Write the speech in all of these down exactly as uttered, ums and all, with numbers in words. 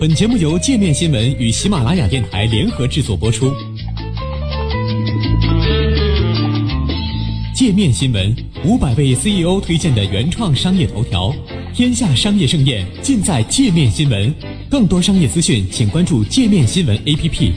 本节目由界面新闻与喜马拉雅电台联合制作播出。界面新闻五百位 C E O 推荐的原创商业头条，天下商业盛宴尽在界面新闻。更多商业资讯，请关注界面新闻 A P P。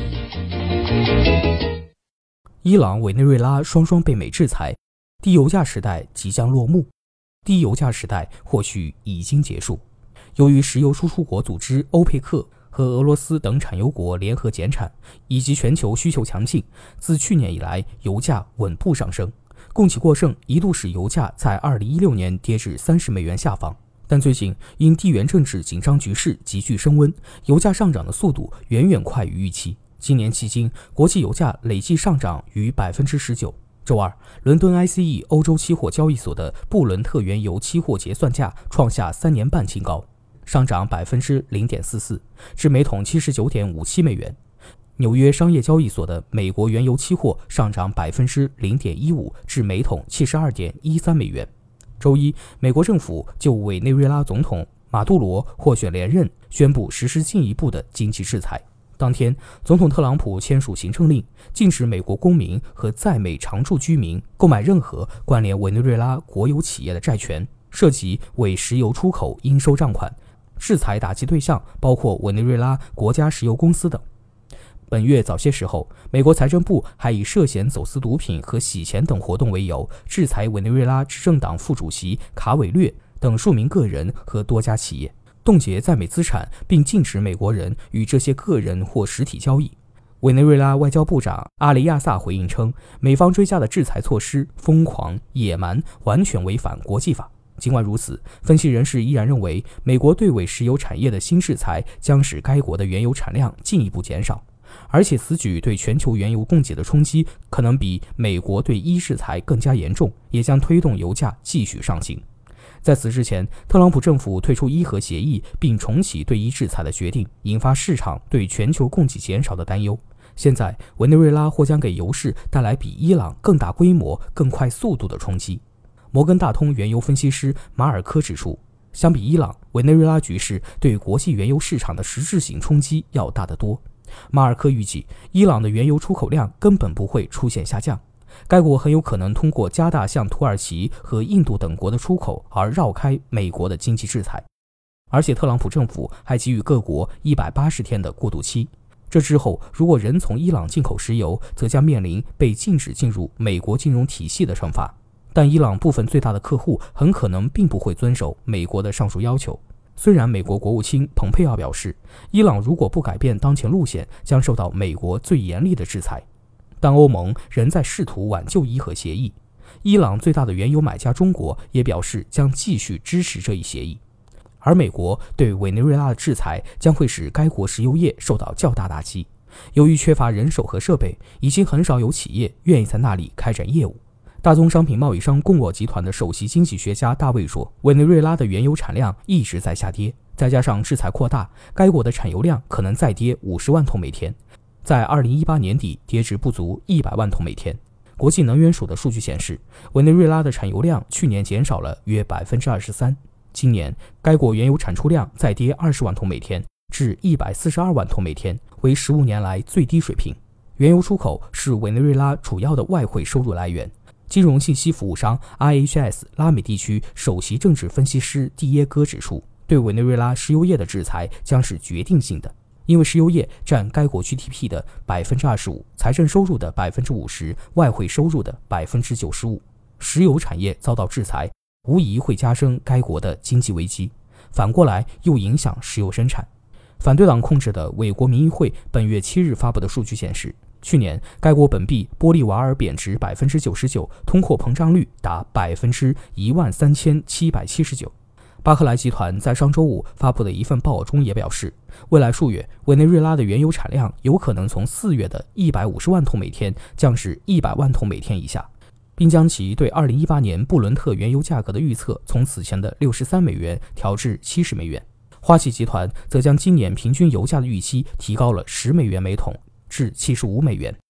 伊朗、委内瑞拉双双被美制裁，低油价时代即将落幕。低油价时代或许已经结束。由于石油输出国组织欧佩克和俄罗斯等产油国联合减产，以及全球需求强劲，自去年以来油价稳步上升。供给过剩一度使油价在二零一六年跌至三十美元下方，但最近因地缘政治紧张局势急剧升温，油价上涨的速度远远快于预期。今年迄今，国际油价累计上涨逾 百分之十九。 周二，伦敦 I C E 欧洲期货交易所的布伦特原油期货结算价创下三年半新高，上涨 百分之零点四四， 至每桶 七十九点五七美元。纽约商业交易所的美国原油期货上涨 百分之零点一五， 至每桶 七十二点一三美元。周一，美国政府就委内瑞拉总统马杜罗获选连任宣布实施进一步的经济制裁。当天，总统特朗普签署行政令，禁止美国公民和在美常住居民购买任何关联委内瑞拉国有企业的债权，涉及为石油出口应收账款。制裁打击对象包括委内瑞拉国家石油公司等。本月早些时候，美国财政部还以涉嫌走私毒品和洗钱等活动为由，制裁委内瑞拉执政党副主席卡韦略等数名个人和多家企业，冻结在美资产，并禁止美国人与这些个人或实体交易。委内瑞拉外交部长阿雷亚萨回应称，美方追加的制裁措施疯狂、野蛮，完全违反国际法。尽管如此，分析人士依然认为，美国对委石油产业的新制裁将使该国的原油产量进一步减少，而且此举对全球原油供给的冲击可能比美国对伊制裁更加严重，也将推动油价继续上行。在此之前，特朗普政府退出伊核协议并重启对伊制裁的决定，引发市场对全球供给减少的担忧。现在，委内瑞拉或将给油市带来比伊朗更大规模、更快速度的冲击。摩根大通原油分析师马尔科指出，相比伊朗，委内瑞拉局势对国际原油市场的实质性冲击要大得多。马尔科预计，伊朗的原油出口量根本不会出现下降，该国很有可能通过加大向土耳其和印度等国的出口而绕开美国的经济制裁。而且特朗普政府还给予各国一百八十天的过渡期，这之后如果仍从伊朗进口石油，则将面临被禁止进入美国金融体系的惩罚。但伊朗部分最大的客户很可能并不会遵守美国的上述要求。虽然美国国务卿蓬佩奥表示，伊朗如果不改变当前路线，将受到美国最严厉的制裁，但欧盟仍在试图挽救伊核协议。伊朗最大的原油买家中国也表示将继续支持这一协议。而美国对委内瑞拉的制裁将会使该国石油业受到较大打击。由于缺乏人手和设备，已经很少有企业愿意在那里开展业务。大宗商品贸易商贡沃集团的首席经济学家大卫说，委内瑞拉的原油产量一直在下跌，再加上制裁扩大，该国的产油量可能再跌五十万桶每天，在二零一八年底跌至不足一百万桶每天。国际能源署的数据显示，委内瑞拉的产油量去年减少了约 百分之二十三， 今年该国原油产出量再跌二十万桶每天至一百四十二万桶每天，为十五年来最低水平。原油出口是委内瑞拉主要的外汇收入来源。金融信息服务商 I H S 拉美地区首席政治分析师蒂耶戈指出，对委内瑞拉石油业的制裁将是决定性的，因为石油业占该国 G D P 的 百分之二十五， 财政收入的 百分之五十， 外汇收入的 百分之九十五。 石油产业遭到制裁，无疑会加深该国的经济危机，反过来又影响石油生产。反对党控制的委国民议会本月七日发布的数据显示，去年该国本币玻利瓦尔贬值 百分之九十九， 通货膨胀率达 百分之一万三千七百七十九。巴克莱集团在上周五发布的一份报告中也表示，未来数月委内瑞拉的原油产量有可能从四月的一百五十万桶每天降至一百万桶每天以下，并将其对二零一八年布伦特原油价格的预测从此前的六十三美元调至七十美元。花旗集团则将今年平均油价的预期提高了十美元每桶至七十五美元。